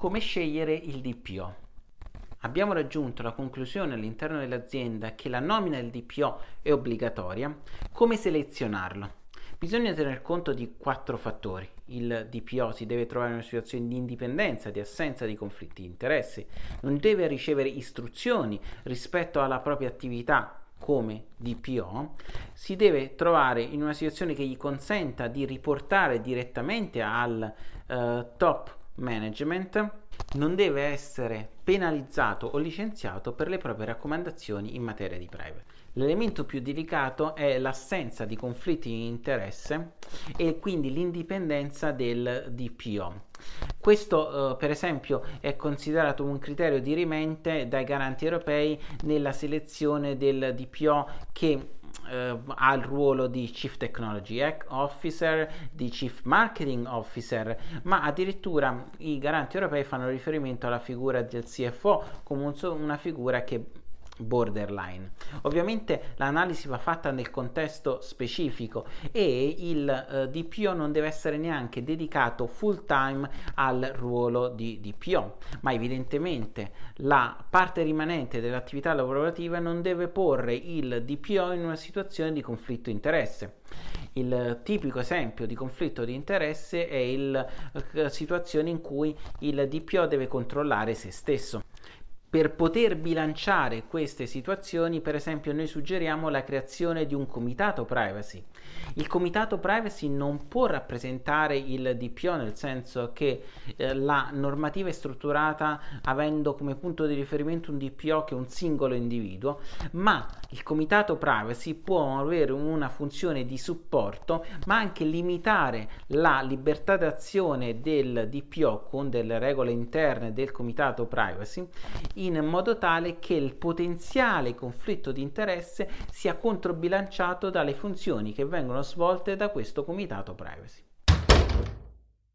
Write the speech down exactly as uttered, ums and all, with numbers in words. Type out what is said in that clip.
Come scegliere il D P O? Abbiamo raggiunto la conclusione all'interno dell'azienda che la nomina del D P O è obbligatoria. Come selezionarlo? Bisogna tener conto di quattro fattori. Il D P O si deve trovare in una situazione di indipendenza, di assenza di conflitti di interessi, non deve ricevere istruzioni rispetto alla propria attività come D P O, si deve trovare in una situazione che gli consenta di riportare direttamente al uh, top management, non deve essere penalizzato o licenziato per le proprie raccomandazioni in materia di privacy. L'elemento più delicato è l'assenza di conflitti di interesse e quindi l'indipendenza del D P O. Questo eh, per esempio è considerato un criterio dirimente dai garanti europei nella selezione del D P O che Uh, ha il ruolo di Chief Technology Officer, di Chief Marketing Officer, ma addirittura i garanti europei fanno riferimento alla figura del C F O come un, una figura che borderline. Ovviamente l'analisi va fatta nel contesto specifico e il uh, D P O non deve essere neanche dedicato full time al ruolo di D P O, ma evidentemente la parte rimanente dell'attività lavorativa non deve porre il D P O in una situazione di conflitto di interesse. Il tipico esempio di conflitto di interesse è la uh, situazione in cui il D P O deve controllare se stesso. Per poter bilanciare queste situazioni, per esempio, noi suggeriamo la creazione di un comitato privacy. Il comitato privacy non può rappresentare il D P O, nel senso che eh, la normativa è strutturata avendo come punto di riferimento un D P O che è un singolo individuo, ma il comitato privacy può avere una funzione di supporto, ma anche limitare la libertà d'azione del D P O con delle regole interne del comitato privacy, in modo tale che il potenziale conflitto di interesse sia controbilanciato dalle funzioni che vengono svolte da questo comitato privacy.